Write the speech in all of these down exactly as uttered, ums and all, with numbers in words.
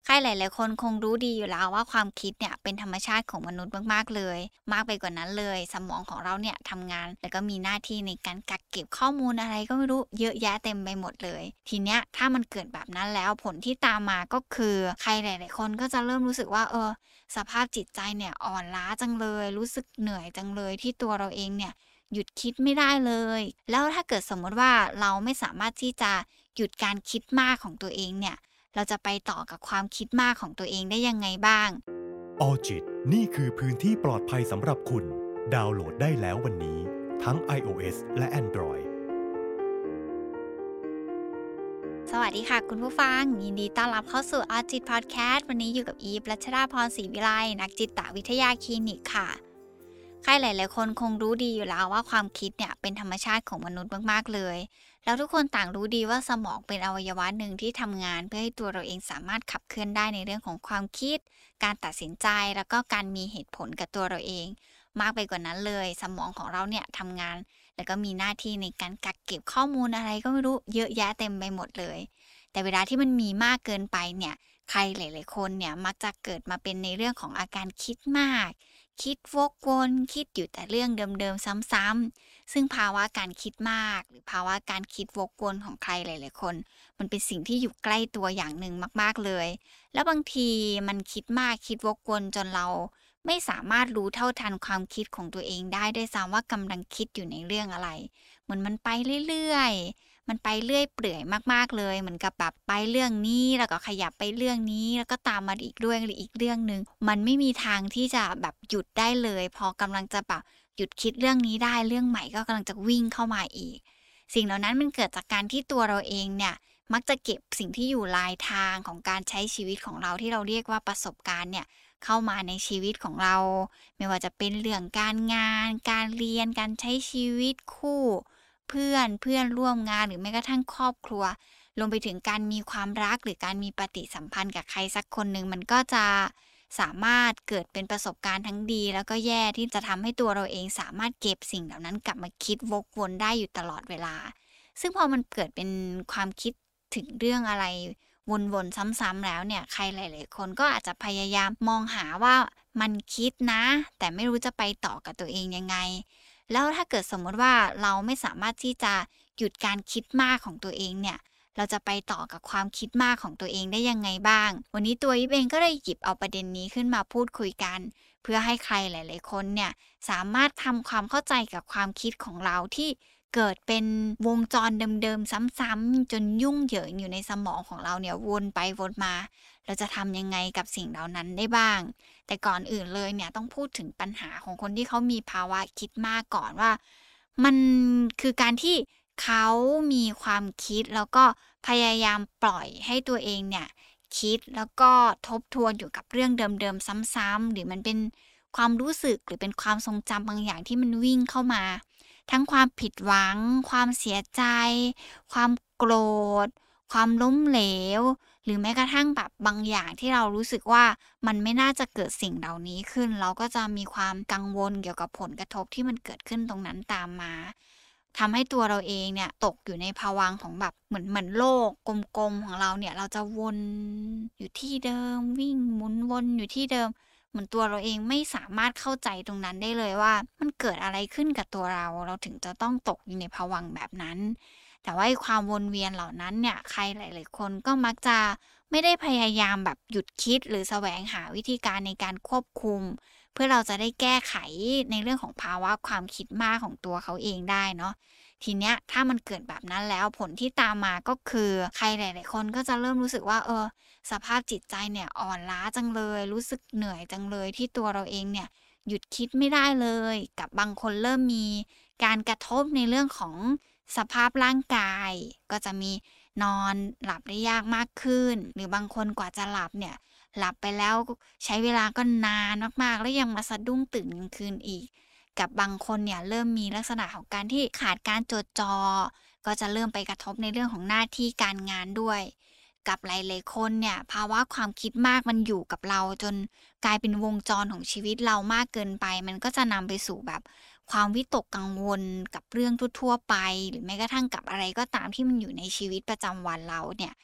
รหลายๆคนคงรู้ดีอยู่แล้วว่าความคิดเนี่ยเป็นธรรมชาติของมนุษย์มากๆเลยมากไปกว่านั้นเลยสมองของเราเนี่ยทำงานแล้วก็มีหน้าที่ในการกักเก็บข้อมูลอะไรก็ไม่รู้เยอะแยะเต็มไปหมดเลยทีเนี้ยถ้ามันเกิดแบบนั้นแล้วผลที่ตามมาก็คือใครหลายๆคนก็จะเริ่มรู้สึกว่าเออสภาพจิตใจเนี่ยอ่อนล้าจังเลยรู้สึกเหนื่อยจังเลยที่ตัวเราเองเนี่ยหยุดคิดไม่ได้เลยแล้วถ้าเกิดสมมติว่าเราไม่สามารถที่จะหยุดการคิดมากของตัวเองเนี่ยเราจะไปต่อกับความคิดมากของตัวเองได้ยังไงบ้างออจิตนี่คือพื้นที่ปลอดภัยสำหรับคุณดาวน์โหลดได้แล้ววันนี้ทั้ง iOS และ Android สวัสดีค่ะคุณผู้ฟังยินดีต้อนรับเข้าสู่ออจิตพอดแคสต์วันนี้อยู่กับอีฟรัชดาพรศรีวิไลนักจิตวิทยาคลินิกค่ะใครหลายๆคนคงรู้ดีอยู่แล้วว่าความคิดเนี่ยเป็นธรรมชาติของมนุษย์มากๆเลยแล้วทุกคนต่างรู้ดีว่าสมองเป็นอวัยวะหนึ่งที่ทำงานเพื่อให้ตัวเราเองสามารถขับเคลื่อนได้ในเรื่องของความคิดการตัดสินใจแล้วก็การมีเหตุผลกับตัวเราเองมากไปกว่านั้นเลยสมองของเราเนี่ยทำงานแล้วก็มีหน้าที่ในการกักเก็บข้อมูลอะไรก็ไม่รู้เยอะแยะเต็มไปหมดเลยแต่เวลาที่มันมีมากเกินไปเนี่ยใครหลายๆคนเนี่ยมักจะเกิดมาเป็นในเรื่องของอาการคิดมากคิดวกวนคิดอยู่แต่เรื่องเดิมๆซ้ำๆซึ่งภาวะการคิดมากหรือภาวะการคิดวกวนของใครหลายๆคนมันเป็นสิ่งที่อยู่ใกล้ตัวอย่างหนึ่งมากๆเลยแล้วบางทีมันคิดมากคิดวกวนจนเราไม่สามารถรู้เท่าทันความคิดของตัวเองได้ด้วยซ้ำว่ากำลังคิดอยู่ในเรื่องอะไรเหมือนมันไปเรื่อยๆมันไปเรื่อยเปื่อยมากๆเลยเหมือนกับแบบไปเรื่องนี้แล้วก็ขยับไปเรื่องนี้แล้วก็ตามมาอีกเรื่องหรืออีกเรื่องหนึ่งมันไม่มีทางที่จะแบบหยุดได้เลยพอกำลังจะแบบหยุดคิดเรื่องนี้ได้เรื่องใหม่ก็กำลังจะวิ่งเข้ามาอีกสิ่งเหล่านั้นมันเกิดจากการที่ตัวเราเองเนี่ยมักจะเก็บสิ่งที่อยู่ลายทางของการใช้ชีวิตของเราที่เราเรียกว่าประสบการณ์เนี่ยเข้ามาในชีวิตของเราไม่ว่าจะเป็นเรื่องการงานการเรียนการใช้ชีวิตคู่เพื่อนเพื่อนร่วมงานหรือแม้กระทั่งครอบครัวรวมไปถึงการมีความรักหรือการมีปฏิสัมพันธ์กับใครสักคนหนึ่งมันก็จะสามารถเกิดเป็นประสบการณ์ทั้งดีแล้วก็แย่ที่จะทำให้ตัวเราเองสามารถเก็บสิ่งเหล่านั้นกลับมาคิดวกวนได้อยู่ตลอดเวลาซึ่งพอมันเกิดเป็นความคิดถึงเรื่องอะไรวนๆซ้ำๆแล้วเนี่ยใครหลายๆคนก็อาจจะพยายามมองหาว่ามันคิดนะแต่ไม่รู้จะไปต่อกับตัวเองยังไงแล้วถ้าเกิดสมมติว่าเราไม่สามารถที่จะหยุดการคิดมากของตัวเองเนี่ยเราจะไปต่อกับความคิดมากของตัวเองได้ยังไงบ้างวันนี้ตัวยิปเองก็เลยหยิบเอาประเด็นนี้ขึ้นมาพูดคุยกันเพื่อให้ใครหลายๆคนเนี่ยสามารถทำความเข้าใจกับความคิดของเราที่เกิดเป็นวงจรเดิมๆซ้ำๆจนยุ่งเหยิงอยู่ในสมองของเราเนี่ยวนไปวนมาเราจะทำยังไงกับสิ่งเหล่านั้นได้บ้างแต่ก่อนอื่นเลยเนี่ยต้องพูดถึงปัญหาของคนที่เขามีภาวะคิดมากก่อนว่ามันคือการที่เขามีความคิดแล้วก็พยายามปล่อยให้ตัวเองเนี่ยคิดแล้วก็ทบทวนอยู่กับเรื่องเดิมๆซ้ำๆหรือมันเป็นความรู้สึกหรือเป็นความทรงจำบางอย่างที่มันวิ่งเข้ามาทั้งความผิดหวังความเสียใจความโกรธความล้มเหลวหรือแม้กระทั่งแบบบางอย่างที่เรารู้สึกว่ามันไม่น่าจะเกิดสิ่งเหล่านี้ขึ้นเราก็จะมีความกังวลเกี่ยวกับผลกระทบที่มันเกิดขึ้นตรงนั้นตามมาทำให้ตัวเราเองเนี่ยตกอยู่ในภวังค์ของแบบเหมือนเหมือนโลกกลมๆของเราเนี่ยเราจะวนอยู่ที่เดิมวิ่งหมุนวนอยู่ที่เดิมเหมือนตัวเราเองไม่สามารถเข้าใจตรงนั้นได้เลยว่ามันเกิดอะไรขึ้นกับตัวเราเราถึงจะต้องตกอยู่ในภวังค์แบบนั้นแต่ว่าไอ้ความวนเวียนเหล่านั้นเนี่ยใครหลายๆคนก็มักจะไม่ได้พยายามแบบหยุดคิดหรือแสวงหาวิธีการในการควบคุมเพื่อเราจะได้แก้ไขในเรื่องของภาวะความคิดมากของตัวเขาเองได้เนาะทีเนี้ยถ้ามันเกิดแบบนั้นแล้วผลที่ตามมาก็คือใครหลายๆคนก็จะเริ่มรู้สึกว่าเออสภาพจิตใจเนี่ยอ่อนล้าจังเลยรู้สึกเหนื่อยจังเลยที่ตัวเราเองเนี่ยหยุดคิดไม่ได้เลยกับบางคนเริ่มมีการกระทบในเรื่องของสภาพร่างกายก็จะมีนอนหลับได้ยากมากขึ้นหรือบางคนกว่าจะหลับเนี่ยหลับไปแล้วใช้เวลาก็นานมากๆแล้วยังมาสะดุ้งตื่นกลางคืนอีกกับบางคนเนี่ยเริ่มมีลักษณะของการที่ขาดการจดจ่อก็จะเริ่มไปกระทบในเรื่องของหน้าที่การงานด้วยกับหลายๆคนเนี่ยภาวะความคิดมากมันอยู่กับเราจนกลายเป็นวงจรของชีวิตเรามากเกินไปมันก็จะนำไปสู่แบบความวิตกกังวลกับเรื่องทั่วๆไปหรือแม้กระทั่งกับอะไรก็ตามที่มันอยู่ในชีวิตประจำวันเราเนี่ยก็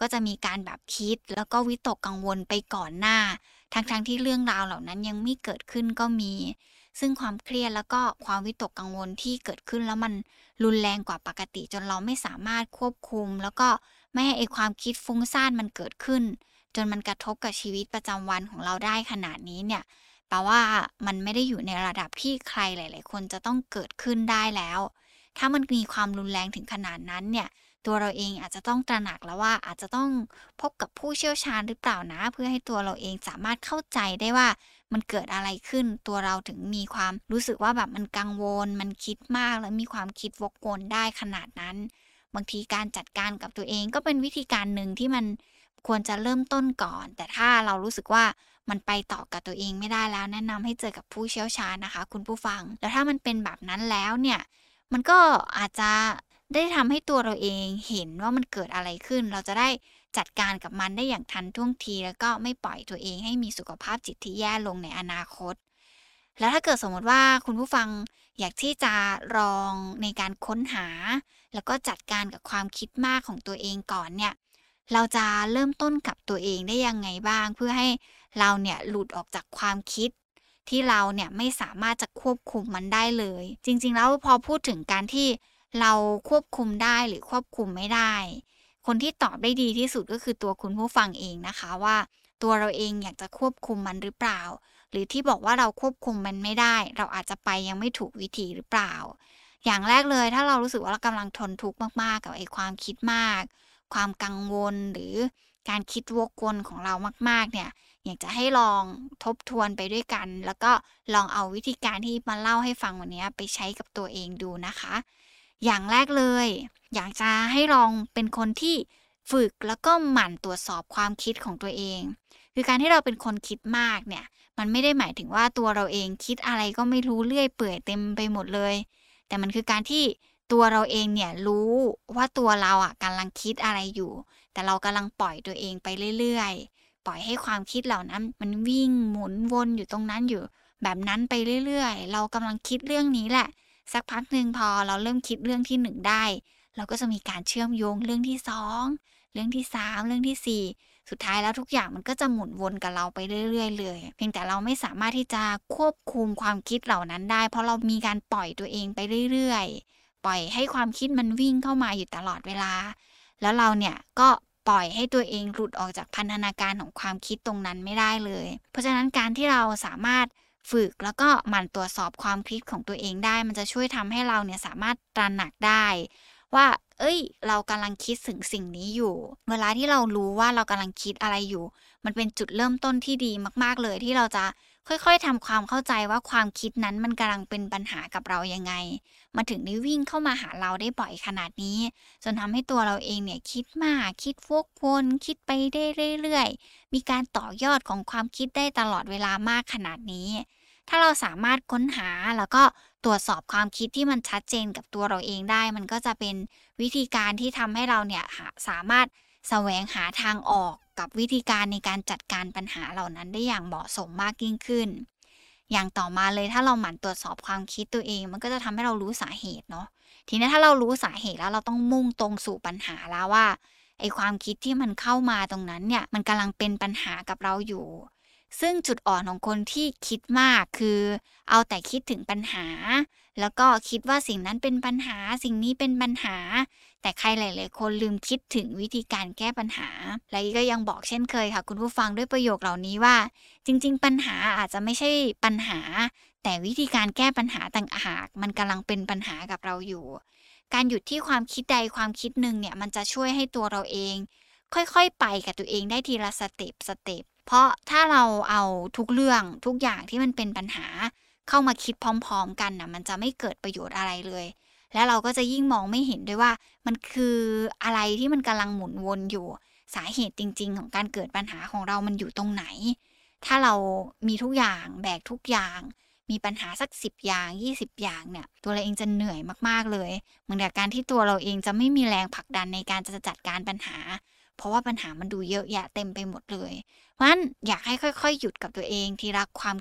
ก็จะมีการแบบคิดแล้วก็วิตกกังวลไปก่อนหน้าทั้งๆที่เรื่องราวเหล่านั้นยังไม่เกิดขึ้นก็มีซึ่งความเครียดแล้วก็ความวิตกกังวลที่เกิดขึ้นแล้วมันรุนแรงกว่าปกติจนเราไม่สามารถควบคุมแล้วก็ไม่ให้ไอ้ความคิดฟุ้งซ่านมันเกิดขึ้นจนมันกระทบกับชีวิตประจำวันของเราได้ขนาดนี้เนี่ยแปลว่ามันไม่ได้อยู่ในระดับที่ใครหลายๆคนจะต้องเกิดขึ้นได้แล้วถ้ามันมีความรุนแรงถึงขนาดนั้นเนี่ยตัวเราเองอาจจะต้องตระหนักแล้วว่าอาจจะต้องพบกับผู้เชี่ยวชาญหรือเปล่านะเพื่อให้ตัวเราเองสามารถเข้าใจได้ว่ามันเกิดอะไรขึ้นตัวเราถึงมีความรู้สึกว่าแบบมันกังวลมันคิดมากแล้วมีความคิดวกวนได้ขนาดนั้นบางทีการจัดการกับตัวเองก็เป็นวิธีการหนึ่งที่มันควรจะเริ่มต้นก่อนแต่ถ้าเรารู้สึกว่ามันไปต่อกับตัวเองไม่ได้แล้วแนะนำให้เจอกับผู้เชี่ยวชาญนะคะคุณผู้ฟังแล้วถ้ามันเป็นแบบนั้นแล้วเนี่ยมันก็อาจจะได้ทำให้ตัวเราเองเห็นว่ามันเกิดอะไรขึ้นเราจะได้จัดการกับมันได้อย่างทันท่วงทีแล้วก็ไม่ปล่อยตัวเองให้มีสุขภาพจิตที่แย่ลงในอนาคตแล้วถ้าเกิดสมมติว่าคุณผู้ฟังอยากที่จะลองในการค้นหาแล้วก็จัดการกับความคิดมากของตัวเองก่อนเนี่ยเราจะเริ่มต้นกับตัวเองได้ยังไงบ้างเพื่อให้เราเนี่ยหลุดออกจากความคิดที่เราเนี่ยไม่สามารถจะควบคุมมันได้เลยจริงๆแล้วพอพูดถึงการที่เราควบคุมได้หรือควบคุมไม่ได้คนที่ตอบได้ดีที่สุดก็คือตัวคุณผู้ฟังเองนะคะว่าตัวเราเองอยากจะควบคุมมันหรือเปล่าหรือที่บอกว่าเราควบคุมมันไม่ได้เราอาจจะไปยังไม่ถูกวิธีหรือเปล่าอย่างแรกเลยถ้าเรารู้สึกว่าเรากำลังทนทุกข์มากๆกับไอ้ความคิดมากความกังวลหรือการคิดวกวนของเรามากๆเนี่ยอยากจะให้ลองทบทวนไปด้วยกันแล้วก็ลองเอาวิธีการที่มาเล่าให้ฟังวันนี้ไปใช้กับตัวเองดูนะคะอย่างแรกเลยอยากจะให้ลองเป็นคนที่ฝึกแล้วก็หมั่นตรวจสอบความคิดของตัวเองคือการที่เราเป็นคนคิดมากเนี่ยมันไม่ได้หมายถึงว่าตัวเราเองคิดอะไรก็ไม่รู้เลื่อยเปื่อยเต็มไปหมดเลยแต่มันคือการที่ตัวเราเองเนี่ยรู้ว่าตัวเราอ่ะกำลังคิดอะไรอยู่แต่เรากำลังปล่อยตัวเองไปเรื่อยๆปล่อยให้ความคิดเหล่านั้นมันวิ่งหมุนวนอยู่ตรงนั้นอยู่แบบนั้นไปเรื่อยๆเรากำลังคิดเรื่องนี้แหละสักพักหนึ่งพอเราเริ่มคิดเรื่องที่หนึ่งได้เราก็จะมีการเชื่อมโยงเรื่องที่สองเรื่องที่สามเรื่องที่สี่สุดท้ายแล้วทุกอย่างมันก็จะหมุนวนกับเราไปเรื่อยๆเลยเพียงแต่เราไม่สามารถที่จะควบคุมความคิดเหล่านั้นได้เพราะเรามีการปล่อยตัวเองไปเรื่อยๆปล่อยให้ความคิดมันวิ่งเข้ามาอยู่ตลอดเวลาแล้วเราเนี่ยก็ปล่อยให้ตัวเองหลุดออกจากพันธนาการของความคิดตรงนั้นไม่ได้เลยเพราะฉะนั้นการที่เราสามารถฝึกแล้วก็หมั่นตรวจสอบความคิดของตัวเองได้มันจะช่วยทำให้เราเนี่ยสามารถตระหนักได้ว่าเอ้ยเรากำลังคิดถึงสิ่งนี้อยู่เวลาที่เรารู้ว่าเรากำลังคิดอะไรอยู่มันเป็นจุดเริ่มต้นที่ดีมากๆเลยที่เราจะค่อยๆทำความเข้าใจว่าความคิดนั้นมันกำลังเป็นปัญหากับเรายังไงมาถึงได้วิ่งเข้ามาหาเราได้บ่อยขนาดนี้จนทำให้ตัวเราเองเนี่ยคิดมากคิดวกวนคิดไปได้เรื่อยๆมีการต่อยอดของความคิดได้ตลอดเวลามากขนาดนี้ถ้าเราสามารถค้นหาแล้วก็ตรวจสอบความคิดที่มันชัดเจนกับตัวเราเองได้มันก็จะเป็นวิธีการที่ทำให้เราเนี่ยสามารถแสวงหาทางออกกับวิธีการในการจัดการปัญหาเหล่านั้นได้อย่างเหมาะสมมากยิ่งขึ้นอย่างต่อมาเลยถ้าเราหมั่นตรวจสอบความคิดตัวเองมันก็จะทำให้เรารู้สาเหตุเนาะทีนี้ถ้าเรารู้สาเหตุแล้วเราต้องมุ่งตรงสู่ปัญหาแล้วว่าไอ้ความคิดที่มันเข้ามาตรงนั้นเนี่ยมันกำลังเป็นปัญหากับเราอยู่ซึ่งจุดอ่อนของคนที่คิดมากคือเอาแต่คิดถึงปัญหาแล้วก็คิดว่าสิ่งนั้นเป็นปัญหาสิ่งนี้เป็นปัญหาแต่ใครหลายๆคนลืมคิดถึงวิธีการแก้ปัญหาและก็ยังบอกเช่นเคยค่ะคุณผู้ฟังด้วยประโยคเหล่านี้ว่าจริงๆปัญหาอาจจะไม่ใช่ปัญหาแต่วิธีการแก้ปัญหาต่างหากมันกำลังเป็นปัญหากับเราอยู่การหยุดที่ความคิดใดความคิดหนึ่งเนี่ยมันจะช่วยให้ตัวเราเองค่อยๆไปกับตัวเองได้ทีละสเต็ปสเต็ปเพราะถ้าเราเอาทุกเรื่องทุกอย่างที่มันเป็นปัญหาเข้ามาคิดพร้อมๆกันน่ะมันจะไม่เกิดประโยชน์อะไรเลยและเราก็จะยิ่งมองไม่เห็นด้วยว่ามันคืออะไรที่มันกำลังหมุนวนอยู่สาเหตุจริงๆของการเกิดปัญหาของเรามันอยู่ตรงไหนถ้าเรามีทุกอย่างแบกทุกอย่างมีปัญหาสักสิบอย่างยี่สิบอย่างเนี่ยตัวเราเองจะเหนื่อยมากๆเลยเหมือนกับการที่ตัวเราเองจะไม่มีแรงผลักดันในการจะจัดการปัญหาเพราะว่าปัญหามันดูเยอะแยะเต็มไปหมดเลยเพราะฉะนั้นอยากให้ค่อยๆหยุดกับตัวเองทีละความคิด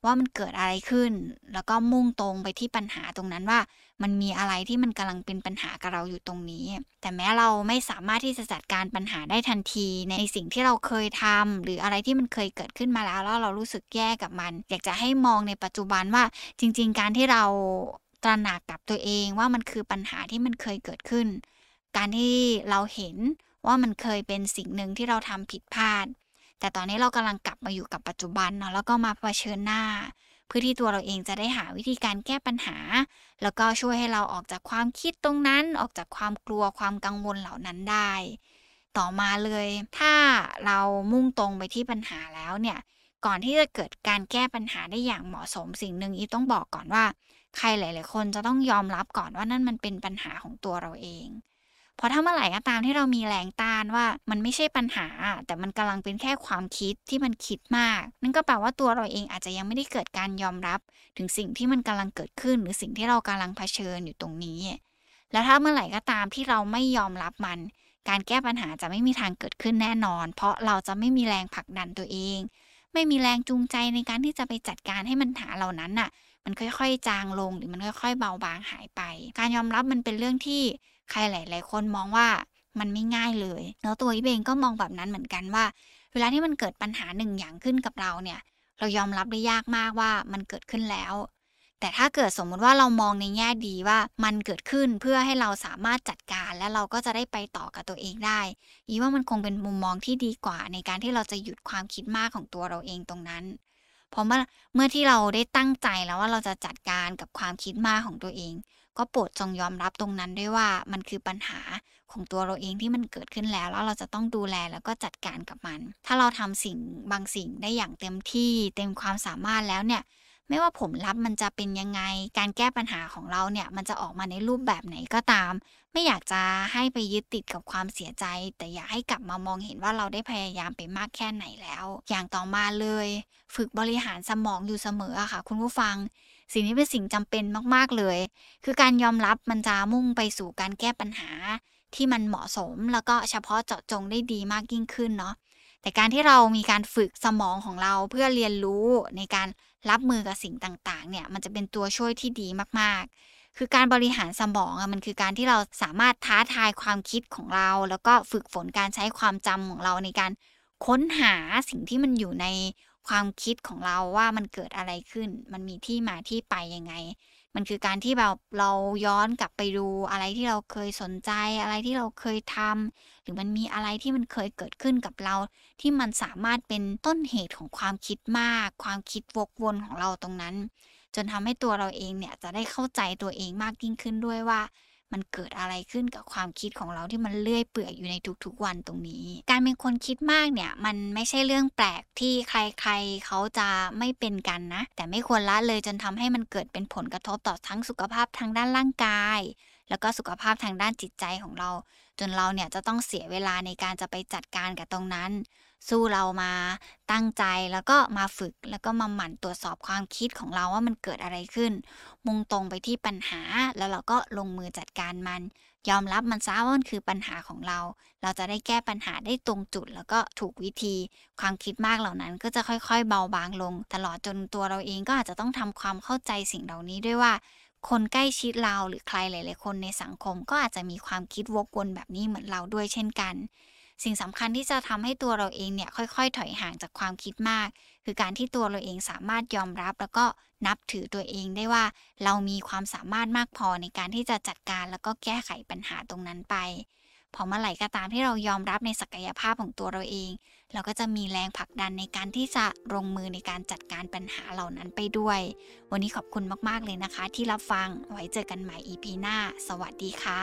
ว่ามันเกิดอะไรขึ้นแล้วก็มุ่งตรงไปที่ปัญหาตรงนั้นว่ามันมีอะไรที่มันกำลังเป็นปัญหากับเราอยู่ตรงนี้แต่แม้เราไม่สามารถที่จะจัดการปัญหาได้ทันทีในสิ่งที่เราเคยทำหรืออะไรที่มันเคยเกิดขึ้นมาแล้วแล้วเรารู้สึกแย่กับมันอยากจะให้มองในปัจจุบันว่าจริงๆการที่เราตระหนักกับตัวเองว่ามันคือปัญหาที่มันเคยเกิดขึ้นการที่เราเห็นว่ามันเคยเป็นสิ่งหนึ่งที่เราทำผิดพลาดแต่ตอนนี้เรากำลังกลับมาอยู่กับปัจจุบันเนาะแล้วก็มาเผชิญหน้าเพื่อที่ตัวเราเองจะได้หาวิธีการแก้ปัญหาแล้วก็ช่วยให้เราออกจากความคิดตรงนั้นออกจากความกลัวความกังวลเหล่านั้นได้ต่อมาเลยถ้าเรามุ่งตรงไปที่ปัญหาแล้วเนี่ยก่อนที่จะเกิดการแก้ปัญหาได้อย่างเหมาะสมสิ่งหนึ่งอีต้องบอกก่อนว่าใครหลายๆคนจะต้องยอมรับก่อนว่านั่นมันเป็นปัญหาของตัวเราเองเพราะถ้าเมื่อไหร่ก็ตามที่เรามีแรงต้านว่ามันไม่ใช่ปัญหาแต่มันกำลังเป็นแค่ความคิดที่มันคิดมากนั่นก็แปลว่าตัวเราเองอาจจะยังไม่ได้เกิดการยอมรับถึงสิ่งที่มันกำลังเกิดขึ้นหรือสิ่งที่เรากำลังเผชิญอยู่ตรงนี้แล้วถ้าเมื่อไหร่ก็ตามที่เราไม่ยอมรับมันการแก้ปัญหาจะไม่มีทางเกิดขึ้นแน่นอนเพราะเราจะไม่มีแรงผลักดันตัวเองไม่มีแรงจูงใจในการที่จะไปจัดการให้ปัญหาเหล่านั้นน่ะมันค่อยๆจางลงหรือมันค่อยๆเบาบางหายไปการยอมรับมันเป็นเรื่องที่ใครหลายๆคนมองว่ามันไม่ง่ายเลยแล้วตัวอีเองก็มองแบบนั้นเหมือนกันว่าเวลาที่มันเกิดปัญหาหนึ่งอย่างขึ้นกับเราเนี่ยเรายอมรับได้ยากมากว่ามันเกิดขึ้นแล้วแต่ถ้าเกิดสมมุติว่าเรามองในแง่ดีว่ามันเกิดขึ้นเพื่อให้เราสามารถจัดการและเราก็จะได้ไปต่อกับตัวเองได้อีว่ามันคงเป็นมุมมองที่ดีกว่าในการที่เราจะหยุดความคิดมากของตัวเราเองตรงนั้นเพราะเมื่อเมื่อที่เราได้ตั้งใจแล้วว่าเราจะจัดการกับความคิดมากของตัวเองก็โปรดจงยอมรับตรงนั้นด้วยว่ามันคือปัญหาของตัวเราเองที่มันเกิดขึ้นแล้วแล้วเราจะต้องดูแลแล้วก็จัดการกับมันถ้าเราทำสิ่งบางสิ่งได้อย่างเต็มที่เต็มความสามารถแล้วเนี่ยไม่ว่าผลลัพธ์มันจะเป็นยังไงการแก้ปัญหาของเราเนี่ยมันจะออกมาในรูปแบบไหนก็ตามไม่อยากจะให้ไปยึดติดกับความเสียใจแต่อยากให้กลับมามองเห็นว่าเราได้พยายามไปมากแค่ไหนแล้วอย่างต่อมาเลยฝึกบริหารสมองอยู่เสมออะค่ะคุณผู้ฟังสิ่งนี้เป็นสิ่งจำเป็นมากๆเลยคือการยอมรับมันจะมุ่งไปสู่การแก้ปัญหาที่มันเหมาะสมแล้วก็เฉพาะเจาะจงได้ดีมากยิ่งขึ้นเนาะแต่การที่เรามีการฝึกสมองของเราเพื่อเรียนรู้ในการรับมือกับสิ่งต่างๆเนี่ยมันจะเป็นตัวช่วยที่ดีมากๆคือการบริหารสมองอะมันคือการที่เราสามารถท้าทายความคิดของเราแล้วก็ฝึกฝนการใช้ความจำของเราในการค้นหาสิ่งที่มันอยู่ในความคิดของเราว่ามันเกิดอะไรขึ้นมันมีที่มาที่ไปยังไงมันคือการที่แบบเราย้อนกลับไปดูอะไรที่เราเคยสนใจอะไรที่เราเคยทำหรือมันมีอะไรที่มันเคยเกิดขึ้นกับเราที่มันสามารถเป็นต้นเหตุของความคิดมากความคิดวกวนของเราตรงนั้นจนทำให้ตัวเราเองเนี่ยจะได้เข้าใจตัวเองมากยิ่งขึ้นด้วยว่ามันเกิดอะไรขึ้นกับความคิดของเราที่มันเลื่อยเปื่อยอยู่ในทุกๆวันตรงนี้การเป็นคนคิดมากเนี่ยมันไม่ใช่เรื่องแปลกที่ใครๆเขาจะไม่เป็นกันนะแต่ไม่ควรละเลยจนทำให้มันเกิดเป็นผลกระทบต่อทั้งสุขภาพทางด้านร่างกายแล้วก็สุขภาพทางด้านจิตใจของเราจนเราเนี่ยจะต้องเสียเวลาในการจะไปจัดการกับตรงนั้นสู้เรามาตั้งใจแล้วก็มาฝึกแล้วก็มาหมั่นตรวจสอบความคิดของเราว่ามันเกิดอะไรขึ้นมุ่งตรงไปที่ปัญหาแล้วเราก็ลงมือจัดการมันยอมรับมันซะว่ามันคือปัญหาของเราเราจะได้แก้ปัญหาได้ตรงจุดแล้วก็ถูกวิธีความคิดมากเหล่านั้นก็จะค่อยๆเบาบางลงตลอดจนตัวเราเองก็อาจจะต้องทำความเข้าใจสิ่งเหล่านี้ด้วยว่าคนใกล้ชิดเราหรือใครหลายๆคนในสังคมก็อาจจะมีความคิดวกวนแบบนี้เหมือนเราด้วยเช่นกันสิ่งสำคัญที่จะทำให้ตัวเราเองเนี่ยค่อยๆถอยห่างจากความคิดมากคือการที่ตัวเราเองสามารถยอมรับแล้วก็นับถือตัวเองได้ว่าเรามีความสามารถมากพอในการที่จะจัดการแล้วก็แก้ไขปัญหาตรงนั้นไปพอเมื่อไหร่ก็ตามที่เรายอมรับในศักยภาพของตัวเราเองเราก็จะมีแรงผลักดันในการที่จะลงมือในการจัดการปัญหาเหล่านั้นไปด้วยวันนี้ขอบคุณมากๆเลยนะคะที่รับฟังไว้เจอกันใหม่ อี พี หน้าสวัสดีค่ะ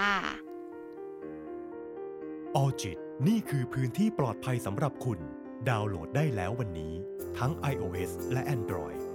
Alljit นี่คือพื้นที่ปลอดภัยสำหรับคุณดาวน์โหลดได้แล้ววันนี้ทั้ง iOS และ Android